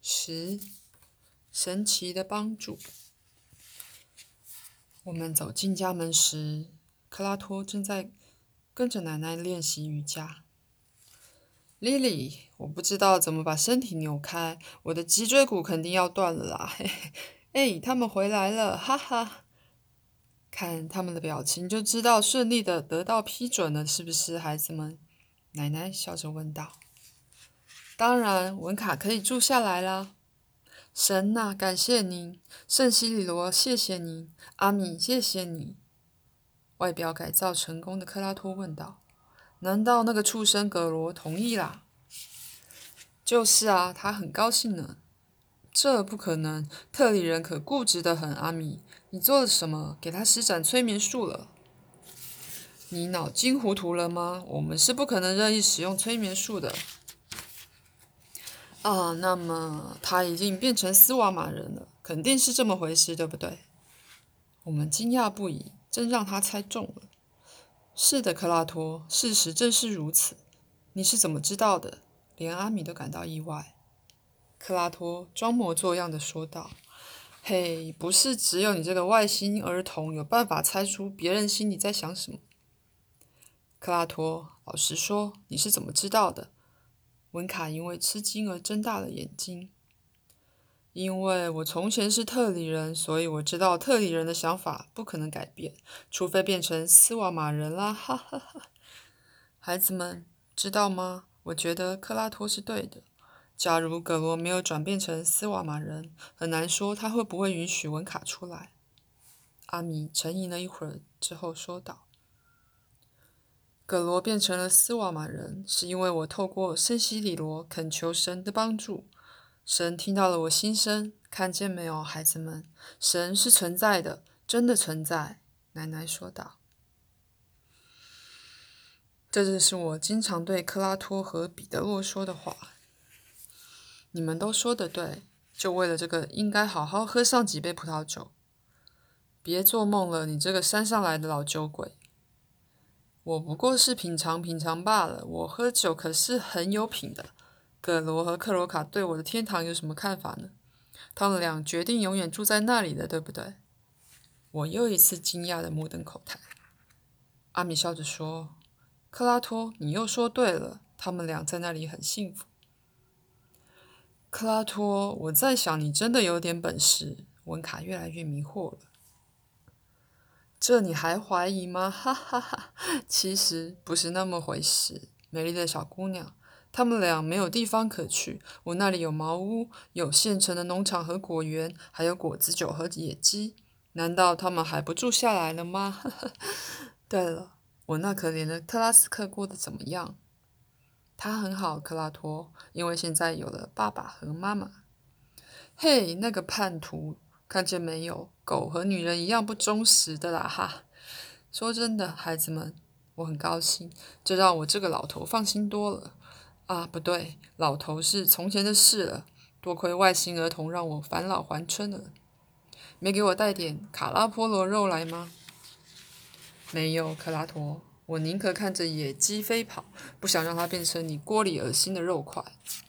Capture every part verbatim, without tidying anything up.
十，神奇的帮助。我们走进家门时，克拉托正在跟着奶奶练习瑜伽。莉莉，我不知道怎么把身体扭开，我的脊椎骨肯定要断了啦！嘿嘿，哎，他们回来了，哈哈！看他们的表情就知道顺利的得到批准了，是不是，孩子们？奶奶笑着问道。当然，文卡可以住下来啦。神呐，感谢您！圣西里罗，谢谢您！阿米，谢谢你！外表改造成功的克拉托问道：“难道那个畜生葛罗同意啦？”“就是啊，他很高兴呢。”“这不可能，特里人可固执得很。阿米，你做了什么？给他施展催眠术了？”“你脑筋糊涂了吗？我们是不可能任意使用催眠术的。”啊，那么他已经变成斯瓦玛人了，肯定是这么回事，对不对？我们惊讶不已，真让他猜中了。是的，克拉托，事实正是如此。你是怎么知道的？连阿米都感到意外。克拉托装模作样的说道：“嘿，不是只有你这个外星儿童有办法猜出别人心里在想什么。”克拉托，老实说，你是怎么知道的？文卡因为吃惊而睁大了眼睛。因为我从前是特里人，所以我知道特里人的想法不可能改变，除非变成斯瓦玛人啦！哈哈哈！孩子们，知道吗？我觉得克拉托是对的。假如葛罗没有转变成斯瓦玛人，很难说他会不会允许文卡出来。阿米沉吟了一会儿之后说道：“葛罗变成了斯瓦玛人，是因为我透过圣西里罗恳求神的帮助。神听到了我心声，看见没有，孩子们？神是存在的，真的存在。”奶奶说道。这就是我经常对克拉托和彼得洛说的话。你们都说得对，就为了这个，应该好好喝上几杯葡萄酒。别做梦了，你这个山上来的老酒鬼！我不过是品尝品尝罢了，我喝酒可是很有品的。葛罗和克罗卡对我的天堂有什么看法呢？他们俩决定永远住在那里的，对不对？我又一次惊讶的目瞪口呆。阿米笑着说：“克拉托，你又说对了，他们俩在那里很幸福。”克拉托，我在想你真的有点本事。文卡越来越迷惑了。这你还怀疑吗？哈哈哈！其实不是那么回事，美丽的小姑娘。他们俩没有地方可去，我那里有茅屋，有现成的农场和果园，还有果子酒和野鸡。难道他们还不住下来了吗？对了，我那可怜的特拉斯克过得怎么样？他很好，克拉托，因为现在有了爸爸和妈妈。嘿，那个叛徒，看见没有？狗和女人一样不忠实的啦哈！说真的，孩子们，我很高兴，这让我这个老头放心多了。啊，不对，老头是从前的事了。多亏外星儿童让我返老还春了。没给我带点卡拉波罗肉来吗？没有，克拉托，我宁可看着野鸡飞跑，不想让它变成你锅里恶心的肉块。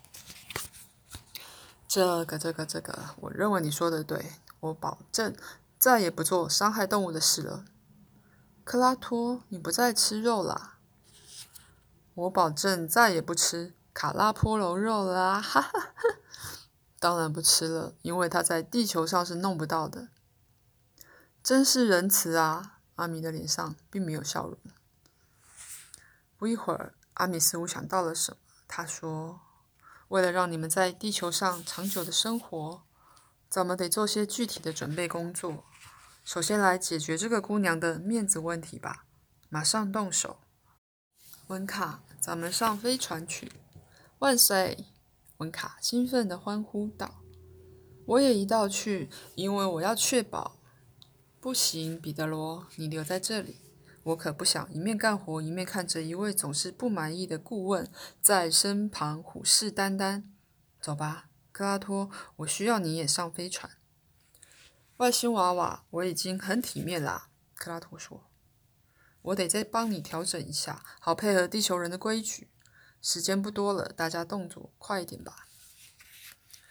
这个，这个，这个，我认为你说的对，我保证再也不做伤害动物的事了。克拉托，你不再吃肉啦？我保证再也不吃卡拉波罗肉啦！哈哈，当然不吃了，因为它在地球上是弄不到的。真是仁慈啊！阿米的脸上并没有笑容。不一会儿，阿米似乎想到了什么，他说：“为了让你们在地球上长久的生活，咱们得做些具体的准备工作。首先来解决这个姑娘的面子问题吧，马上动手。”文卡，咱们上飞船去！万岁！文卡兴奋地欢呼道：“我也一道去，因为我要确保。”不行，彼得罗，你留在这里。我可不想一面干活一面看着一位总是不满意的顾问在身旁虎视眈眈。走吧，克拉托，我需要你也上飞船。外星娃娃，我已经很体面啦，克拉托说。我得再帮你调整一下，好配合地球人的规矩。时间不多了，大家动作快一点吧。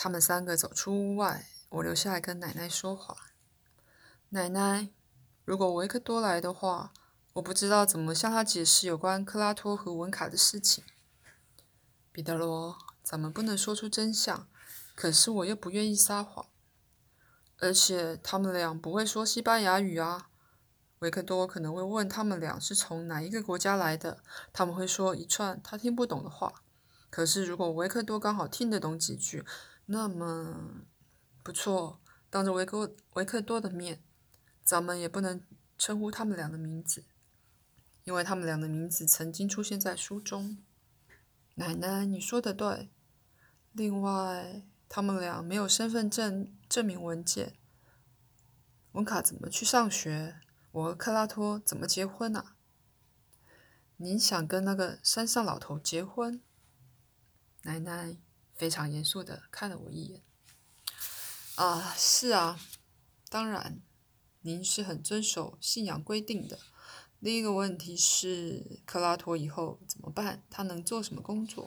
他们三个走出屋外，我留下来跟奶奶说话。奶奶，如果维克多来的话，我不知道怎么向他解释有关克拉托和文卡的事情。彼得罗，咱们不能说出真相，可是我又不愿意撒谎。而且他们俩不会说西班牙语啊。维克多可能会问他们俩是从哪一个国家来的，他们会说一串他听不懂的话。可是如果维克多刚好听得懂几句，那么不错，当着维克维克多的面，咱们也不能称呼他们俩的名字，因为他们俩的名字曾经出现在书中。奶奶，你说的对。另外，他们俩没有身份证证明文件。文卡怎么去上学？我和克拉托怎么结婚啊？您想跟那个山上老头结婚？奶奶非常严肃地看了我一眼。啊，是啊，当然，您是很遵守信仰规定的。另一个问题是，克拉托以后怎么办？他能做什么工作？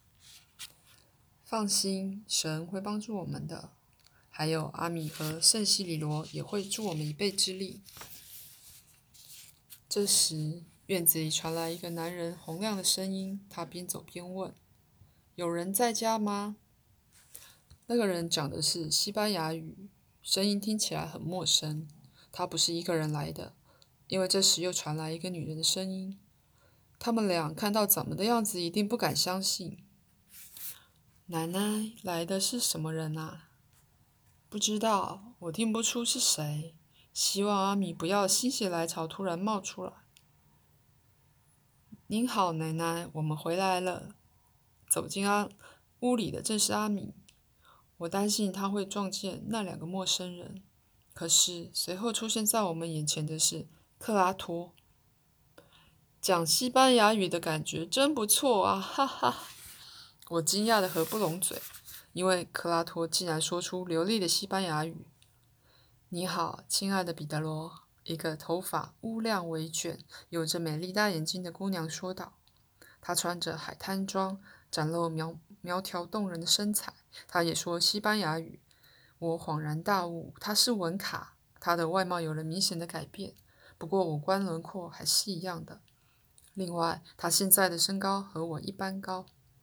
放心，神会帮助我们的。还有阿米和圣西里罗也会助我们一臂之力。这时，院子里传来一个男人洪亮的声音，他边走边问：“有人在家吗？”那个人讲的是西班牙语，声音听起来很陌生。他不是一个人来的，因为这时又传来一个女人的声音。他们俩看到咱们的样子，一定不敢相信。奶奶，来的是什么人啊？不知道，我听不出是谁。希望阿米不要心血来潮突然冒出来。您好，奶奶，我们回来了。走进阿屋里的正是阿米。我担心他会撞见那两个陌生人，可是随后出现在我们眼前的是克拉托。讲西班牙语的感觉真不错啊，哈哈！我惊讶的合不拢嘴，因为克拉托竟然说出流利的西班牙语。你好，亲爱的彼得罗，一个头发乌亮微卷、有着美丽大眼睛的姑娘说道。她穿着海滩装，展露苗苗条动人的身材。她也说西班牙语。我恍然大悟，她是文卡。她的外貌有了明显的改变，不过五官轮廓还是一样的。另外，她现在的身高和我一般高。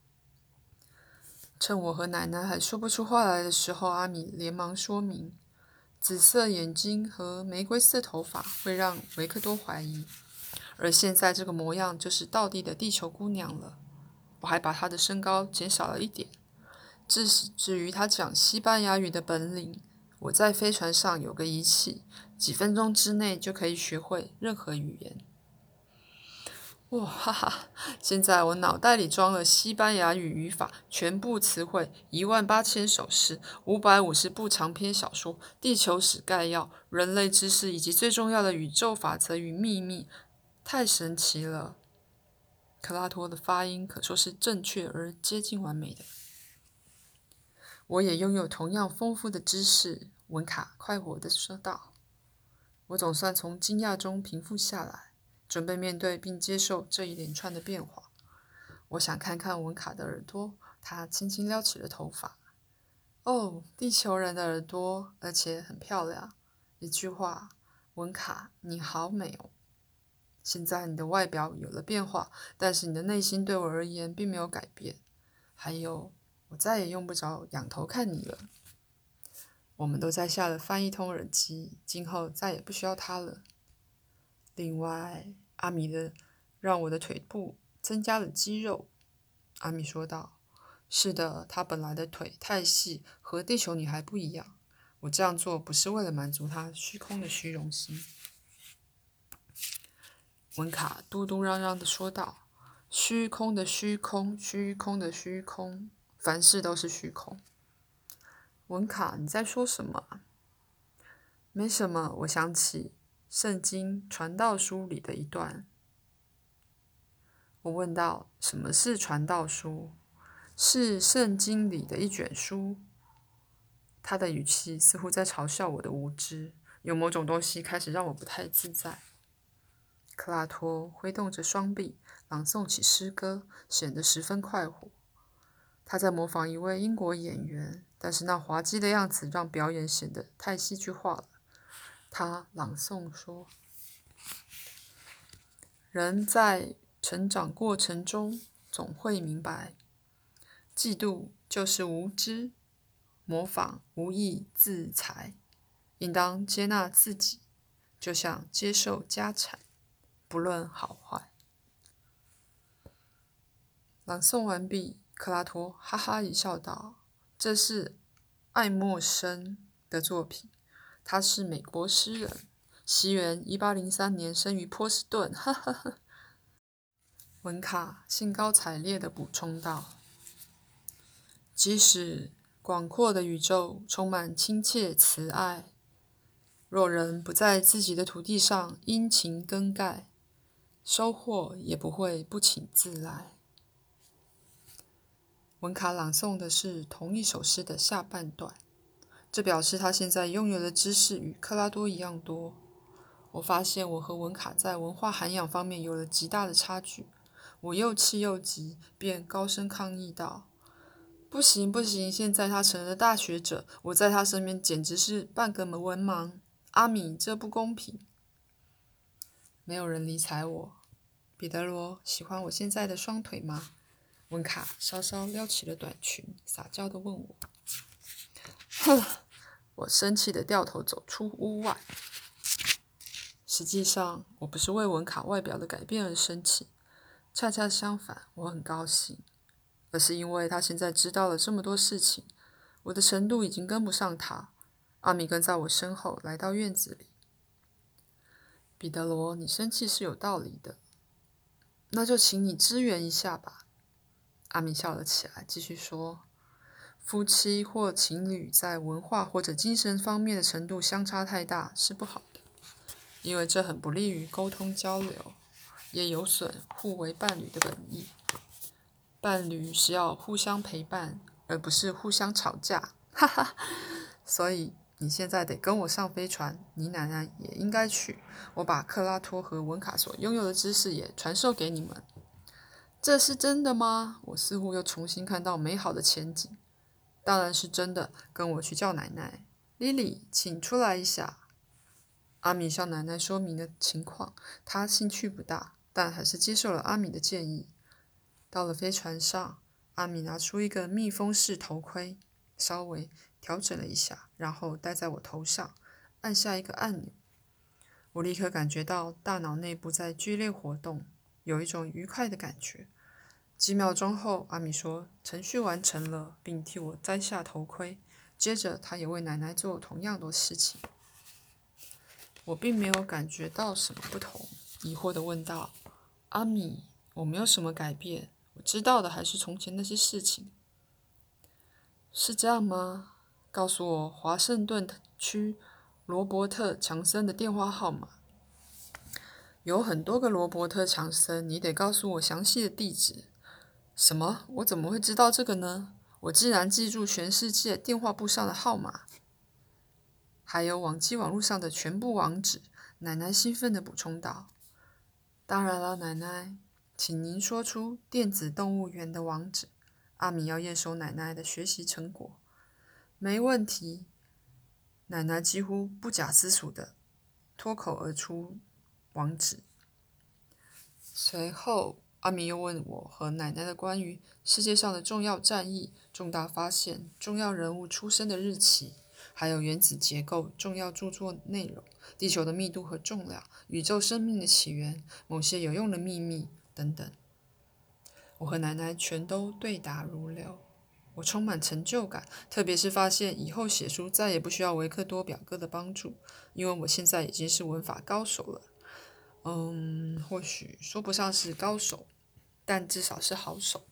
趁我和奶奶还说不出话来的时候，阿米连忙说明。紫色眼睛和玫瑰色头发会让维克多怀疑，而现在这个模样就是道地的地球姑娘了。我还把她的身高减少了一点。至至于她讲西班牙语的本领，我在飞船上有个仪器，几分钟之内就可以学会任何语言。哇哈哈！现在我脑袋里装了西班牙语语法、全部词汇、一万八千首诗、五百五十部长篇小说、地球史概要、人类知识以及最重要的宇宙法则与秘密，太神奇了！克拉托的发音可说是正确而接近完美的。我也拥有同样丰富的知识，文卡快活地说道。我总算从惊讶中平复下来，准备面对并接受这一连串的变化。我想看看文卡的耳朵，他轻轻撩起了头发。哦，地球人的耳朵，而且很漂亮。一句话，文卡，你好美哦。现在你的外表有了变化，但是你的内心对我而言并没有改变。还有，我再也用不着仰头看你了。我们都摘下了翻译通耳机，今后再也不需要它了。另外，阿米的让我的腿部增加了肌肉。阿米说道：“是的，她本来的腿太细，和地球女孩不一样。我这样做不是为了满足她虚空的虚荣心。”文卡嘟嘟嚷嚷地说道：“虚空的虚空，虚空的虚空，凡事都是虚空。”文卡，你在说什么？没什么，我想起圣经传道书里的一段。我问道：“什么是传道书？”是圣经里的一卷书。他的语气似乎在嘲笑我的无知，有某种东西开始让我不太自在。克拉托挥动着双臂，朗诵起诗歌，显得十分快活。 他在模仿一位英国演员，但是那滑稽的样子让表演显得太戏剧化了。他朗诵说：人在成长过程中总会明白，嫉妒就是无知，模仿无益自裁，应当接纳自己，就像接受家产，不论好坏。朗诵完毕，克拉托哈哈一笑道：这是爱默生的作品，他是美国诗人，西元一八零三年生于波士顿。哈哈哈。文卡兴高采烈地补充道：即使广阔的宇宙充满亲切慈爱，若人不在自己的土地上殷勤耕盖，收获也不会不请自来。文卡朗诵的是同一首诗的下半段，这表示他现在拥有的知识与克拉多一样多。我发现我和文卡在文化涵养方面有了极大的差距。我又气又急，便高声抗议道：不行不行，现在他成了大学者，我在他身边简直是半个文盲。阿米，这不公平。没有人理睬我。彼得罗，喜欢我现在的双腿吗？文卡稍稍撩起了短裙，撒娇地问我。哼！我生气地掉头走出屋外。实际上，我不是为文卡外表的改变而生气，恰恰相反，我很高兴，而是因为他现在知道了这么多事情，我的程度已经跟不上他。阿米跟在我身后来到院子里。彼得罗，你生气是有道理的，那就请你支援一下吧。阿米笑了起来，继续说：夫妻或情侣在文化或者精神方面的程度相差太大是不好的，因为这很不利于沟通交流，也有损互为伴侣的本意。伴侣是要互相陪伴，而不是互相吵架。哈哈，所以你现在得跟我上飞船，你奶奶也应该去。我把克拉托和文卡所拥有的知识也传授给你们。这是真的吗？我似乎又重新看到美好的前景。当然是真的，跟我去叫奶奶。莉莉，请出来一下。阿米向奶奶说明了情况，她兴趣不大，但还是接受了阿米的建议。到了飞船上，阿米拿出一个密封式头盔，稍微调整了一下，然后戴在我头上，按下一个按钮。我立刻感觉到大脑内部在剧烈活动，有一种愉快的感觉。几秒钟后，阿米说程序完成了，并替我摘下头盔。接着他也为奶奶做同样的事情。我并没有感觉到什么不同，疑惑地问道：阿米，我没有什么改变，我知道的还是从前那些事情。是这样吗？告诉我华盛顿区罗伯特·强森的电话号码。有很多个罗伯特·强森，你得告诉我详细的地址。什么？我怎么会知道这个呢？我竟然记住全世界电话簿上的号码，还有网际网络上的全部网址。奶奶兴奋地补充道：当然了，奶奶，请您说出电子动物园的网址。阿米要验收奶奶的学习成果。没问题。奶奶几乎不假思索地脱口而出网址。随后阿米又问我和奶奶的关于世界上的重要战役、重大发现、重要人物出生的日期，还有原子结构、重要著作内容、地球的密度和重量、宇宙生命的起源、某些有用的秘密等等。我和奶奶全都对答如流。我充满成就感，特别是发现以后写书再也不需要维克多表哥的帮助，因为我现在已经是文法高手了。嗯，或许说不上是高手，但至少是好手。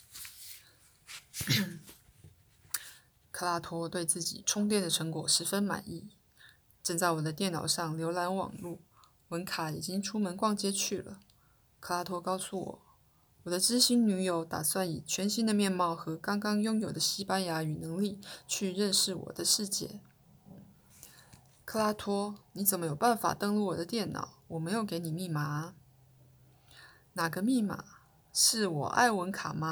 克拉托对自己充电的成果十分满意，正在我的电脑上浏览网络。文卡已经出门逛街去了。克拉托告诉我，我的知心女友打算以全新的面貌和刚刚拥有的西班牙语能力去认识我的世界。克拉托，你怎么有办法登录我的电脑？我没有给你密码啊。哪个密码？是我爱文卡吗？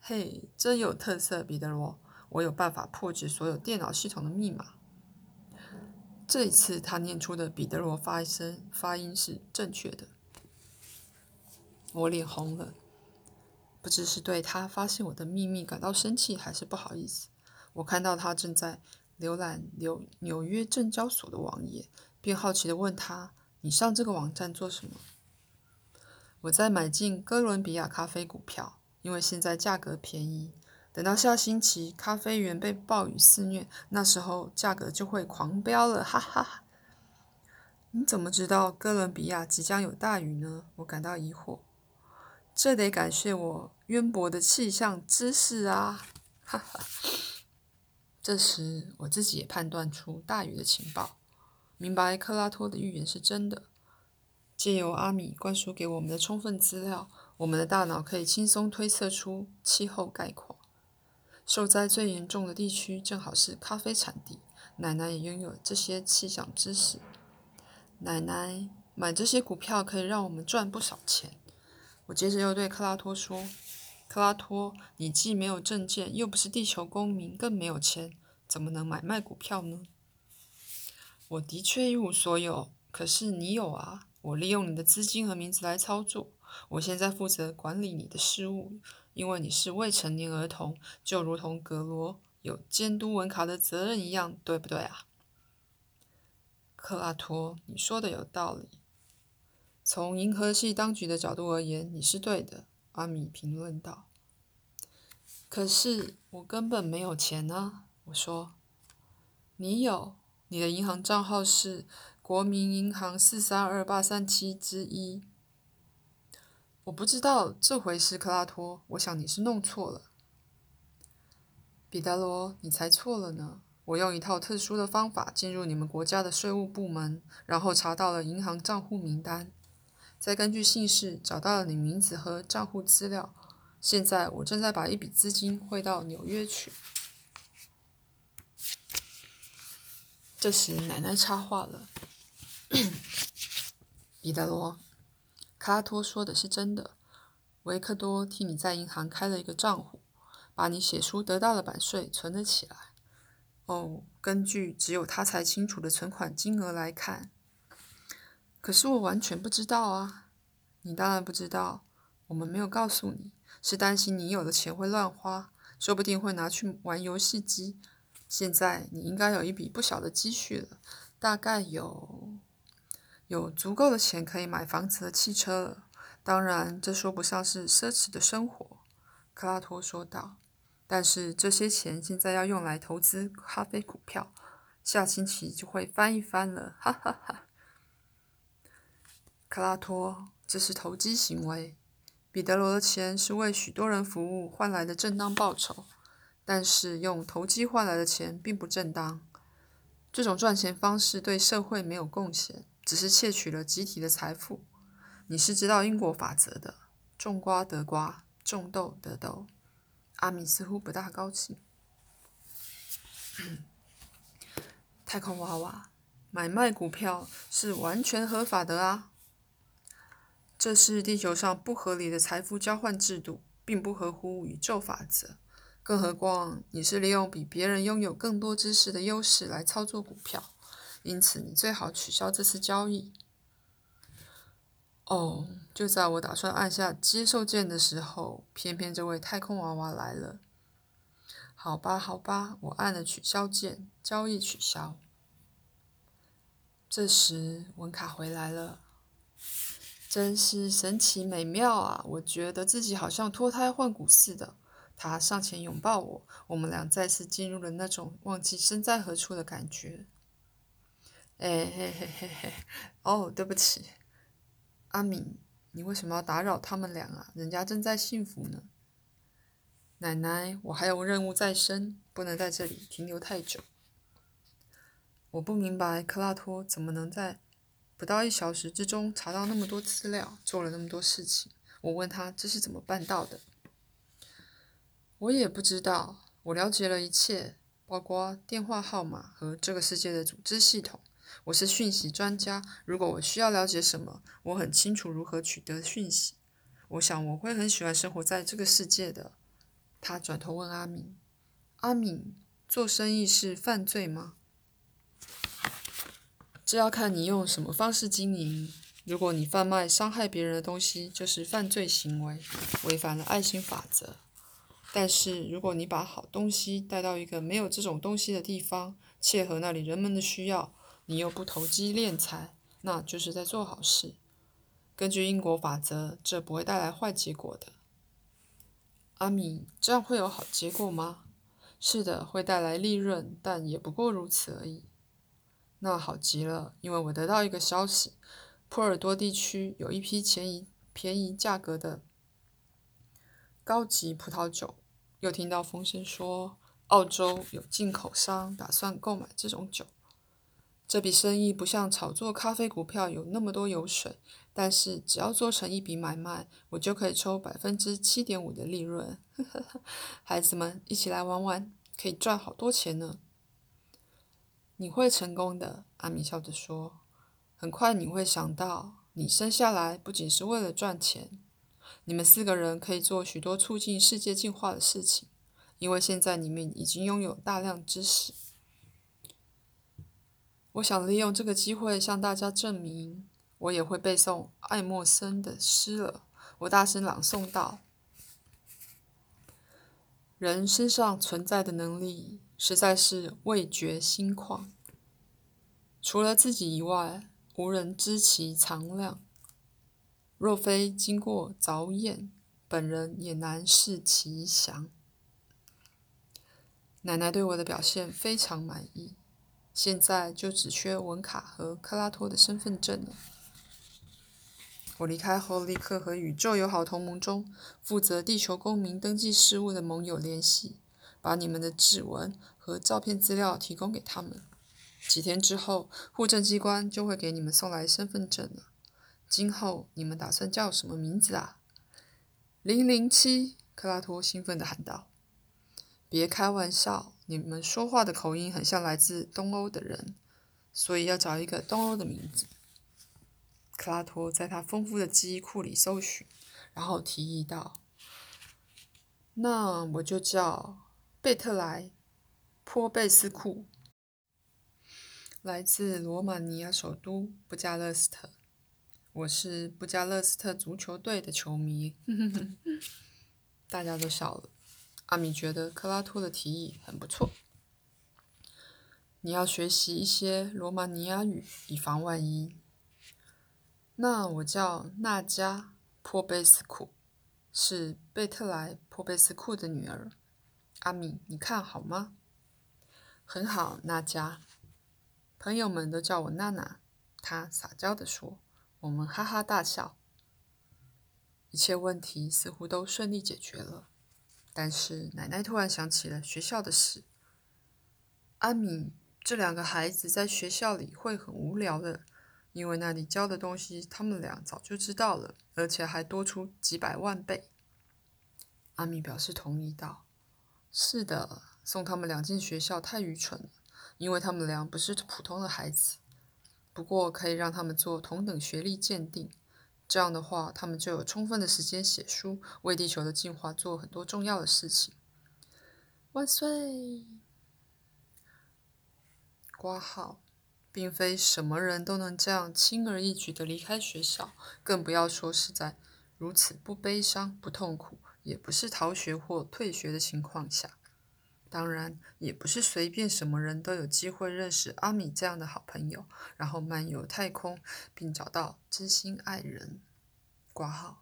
嘿，真有特色，彼得罗！我有办法破解所有电脑系统的密码。这一次，他念出的彼得罗发声发音是正确的。我脸红了，不知是对他发现我的秘密感到生气，还是不好意思。我看到他正在浏览纽纽约证交所的网页，便好奇地问他：“你上这个网站做什么？”我在买进哥伦比亚咖啡股票，因为现在价格便宜。等到下星期咖啡园被暴雨肆虐，那时候价格就会狂飙了，哈哈哈！你怎么知道哥伦比亚即将有大雨呢？我感到疑惑。这得感谢我渊博的气象知识啊！哈哈。这时我自己也判断出大雨的情报，明白克拉托的预言是真的。借由阿米灌输给我们的充分资料，我们的大脑可以轻松推测出气候概况。受灾最严重的地区正好是咖啡产地，奶奶也拥有这些气象知识。奶奶，买这些股票可以让我们赚不少钱。我接着又对克拉托说：“克拉托，你既没有证件，又不是地球公民，更没有钱，怎么能买卖股票呢？”我的确一无所有，可是你有啊。我利用你的资金和名字来操作。我现在负责管理你的事务，因为你是未成年儿童，就如同格罗有监督文卡的责任一样，对不对啊？克拉托，你说的有道理。从银河系当局的角度而言，你是对的，阿米评论道。可是我根本没有钱啊，我说。你有，你的银行账号是国民银行四三二八三七之一。我不知道这回事，克拉托，我想你是弄错了。彼得罗，你猜错了呢。我用一套特殊的方法进入你们国家的税务部门，然后查到了银行账户名单，再根据姓氏找到了你名字和账户资料。现在我正在把一笔资金汇到纽约去。这时奶奶插话了：“彼得罗，克拉托说的是真的。维克多替你在银行开了一个账户，把你写书得到的版税存了起来。哦，根据只有他才清楚的存款金额来看，可是我完全不知道啊。你当然不知道，我们没有告诉你，是担心你有了钱会乱花，说不定会拿去玩游戏机。现在你应该有一笔不小的积蓄了，大概有有足够的钱可以买房子和汽车了。当然，这说不上是奢侈的生活，克拉托说道。但是这些钱现在要用来投资咖啡股票，下星期就会翻一番了，哈哈哈。克拉托，这是投机行为。彼得罗的钱是为许多人服务换来的正当报酬，但是用投机换来的钱并不正当。这种赚钱方式对社会没有贡献，只是窃取了集体的财富。你是知道因果法则的，种瓜得瓜，种豆得豆。阿米似乎不大高兴。太空娃娃，买卖股票是完全合法的啊！这是地球上不合理的财富交换制度，并不合乎宇宙法则。更何况你是利用比别人拥有更多知识的优势来操作股票，因此你最好取消这次交易。哦，就在我打算按下接受键的时候，偏偏这位太空娃娃来了。好吧，好吧，我按了取消键，交易取消。这时文卡回来了，真是神奇美妙啊！我觉得自己好像脱胎换骨似的。他上前拥抱我，我们俩再次进入了那种忘记身在何处的感觉。哎嘿嘿嘿嘿，哦，对不起，阿敏，你为什么要打扰他们俩啊？人家正在幸福呢。奶奶，我还有任务在身，不能在这里停留太久。我不明白克拉托怎么能在不到一小时之中查到那么多资料，做了那么多事情。我问他这是怎么办到的。我也不知道，我了解了一切，包括电话号码和这个世界的组织系统。我是讯息专家，如果我需要了解什么，我很清楚如何取得讯息。我想我会很喜欢生活在这个世界的。 他转头问阿敏：阿敏，做生意是犯罪吗？这要看你用什么方式经营。如果你贩卖伤害别人的东西，就是犯罪行为，违反了爱心法则。但是如果你把好东西带到一个没有这种东西的地方，切合那里人们的需要，你又不投机敛财，那就是在做好事。根据因果法则，这不会带来坏结果的。阿米，这样会有好结果吗？是的，会带来利润，但也不过如此而已。那好极了，因为我得到一个消息，波尔多地区有一批便宜便宜价格的高级葡萄酒，又听到风声说，澳洲有进口商打算购买这种酒。这笔生意不像炒作咖啡股票有那么多油水，但是只要做成一笔买卖，我就可以抽百分之七点五的利润。孩子们，一起来玩玩，可以赚好多钱呢。你会成功的，阿米笑着说。很快你会想到，你生下来不仅是为了赚钱，你们四个人可以做许多促进世界进化的事情，因为现在你们已经拥有大量知识。我想利用这个机会向大家证明，我也会背诵爱默生的诗了。我大声朗诵道：人身上存在的能力实在是味觉心旷，除了自己以外，无人知其藏量。若非经过凿验，本人也难释其详。奶奶对我的表现非常满意，现在就只缺文卡和克拉托的身份证了。我离开后，立刻和宇宙友好同盟中负责地球公民登记事务的盟友联系，把你们的指纹和照片资料提供给他们。几天之后，户政机关就会给你们送来身份证了。今后你们打算叫什么名字啊？零零七，克拉托兴奋地喊道。别开玩笑，你们说话的口音很像来自东欧的人，所以要找一个东欧的名字。克拉托在他丰富的记忆库里搜寻，然后提议道：那我就叫贝特莱坡贝斯库，来自罗马尼亚首都布加勒斯特。我是布加勒斯特足球队的球迷。大家都笑了。阿米觉得克拉托的提议很不错。你要学习一些罗马尼亚语，以防万一。那我叫娜加珀贝斯库，是贝特莱珀贝斯库的女儿。阿米，你看好吗？很好，娜加。朋友们都叫我娜娜，她撒娇地说。我们哈哈大笑。一切问题似乎都顺利解决了，但是奶奶突然想起了学校的事。阿米，这两个孩子在学校里会很无聊的，因为那里教的东西他们俩早就知道了，而且还多出几百万倍。阿米表示同意道：是的，送他们俩进学校太愚蠢了，因为他们俩不是普通的孩子。不过可以让他们做同等学历鉴定，这样的话，他们就有充分的时间写书，为地球的进化做很多重要的事情。万岁！括号，并非什么人都能这样轻而易举地离开学校，更不要说是在如此不悲伤、不痛苦，也不是逃学或退学的情况下。当然，也不是随便什么人都有机会认识阿米这样的好朋友，然后漫游太空，并找到知心爱人。挂号。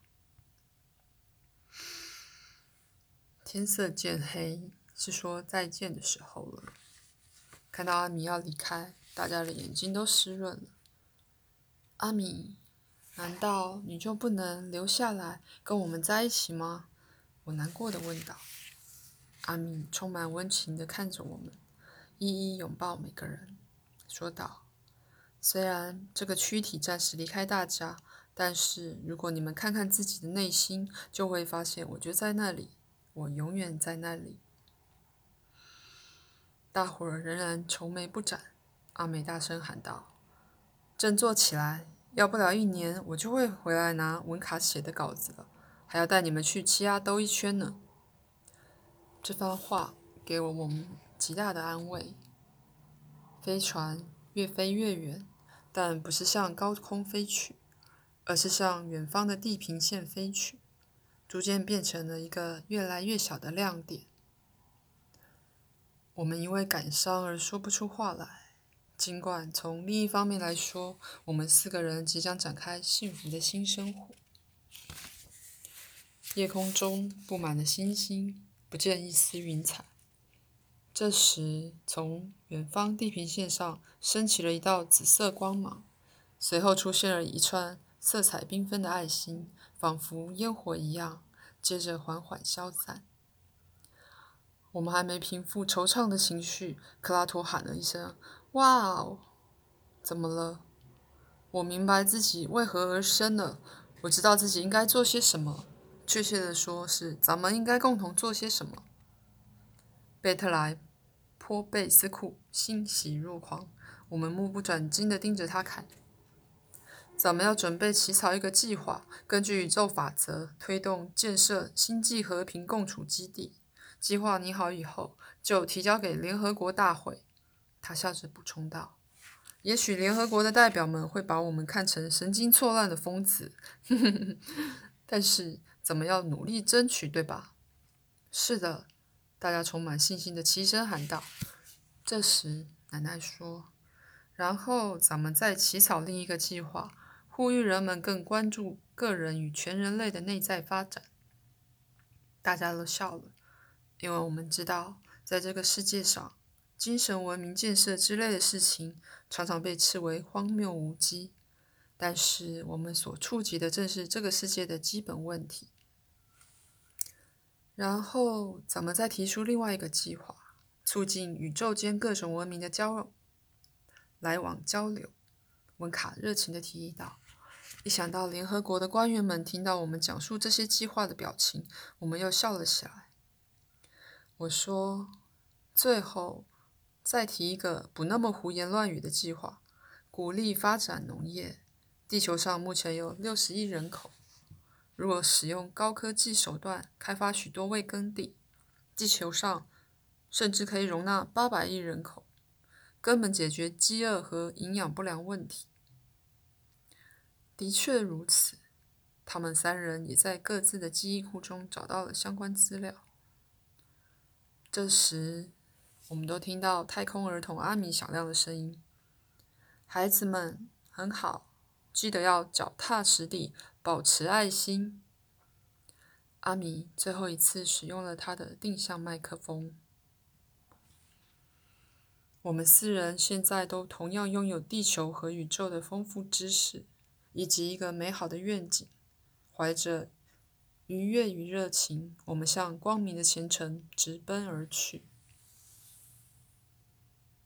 天色渐黑，是说再见的时候了。看到阿米要离开，大家的眼睛都湿润了。阿米，难道你就不能留下来跟我们在一起吗？我难过地问道。阿米充满温情地看着我们，一一拥抱每个人，说道：虽然这个躯体暂时离开大家，但是如果你们看看自己的内心，就会发现我就在那里，我永远在那里。大伙儿仍然愁眉不展。阿美大声喊道：振作起来，要不了一年，我就会回来拿文卡写的稿子了，还要带你们去奇亚兜一圈呢。 这番话给了我们极大的安慰。飞船越飞越远，但不是向高空飞去，而是向远方的地平线飞去，逐渐变成了一个越来越小的亮点。我们因为感伤而说不出话来，尽管从另一方面来说，我们四个人即将展开幸福的新生活。夜空中布满了星星，不见一丝云彩。这时，从远方地平线上升起了一道紫色光芒，随后出现了一串色彩缤纷的爱心，仿佛烟火一样，接着缓缓消散。我们还没平复惆怅的情绪，克拉托喊了一声：“哇哦！”怎么了？我明白自己为何而生了，我知道自己应该做些什么，确切的说是咱们应该共同做些什么。贝特莱、坡贝斯库欣喜若狂，我们目不转睛地盯着他看。咱们要准备起草一个计划，根据宇宙法则推动建设星际和平共处基地。计划拟好以后，就提交给联合国大会。他笑着补充道：“也许联合国的代表们会把我们看成神经错乱的疯子，但是咱们要努力争取，对吧？”“是的。”大家充满信心的齐声喊道。这时，奶奶说：“然后咱们再起草另一个计划，呼吁人们更关注个人与全人类的内在发展。”大家都笑了，因为我们知道，在这个世界上，精神文明建设之类的事情常常被视为荒谬无稽，但是我们所触及的正是这个世界的基本问题。然后，咱们再提出另外一个计划，促进宇宙间各种文明的交来往交流。温卡热情地提议道。一想到联合国的官员们听到我们讲述这些计划的表情，我们又笑了起来。我说，最后再提一个不那么胡言乱语的计划，鼓励发展农业。地球上目前有六十亿人口，如果使用高科技手段开发许多未耕地，地球上甚至可以容纳八百亿人口，根本解决饥饿和营养不良问题。的确如此，他们三人也在各自的记忆库中找到了相关资料。这时，我们都听到太空儿童阿米响亮的声音：“孩子们，很好，记得要脚踏实地，保持爱心。”阿米最后一次使用了他的定向麦克风。我们四人现在都同样拥有地球和宇宙的丰富知识，以及一个美好的愿景。怀着愉悦与热情，我们向光明的前程直奔而去。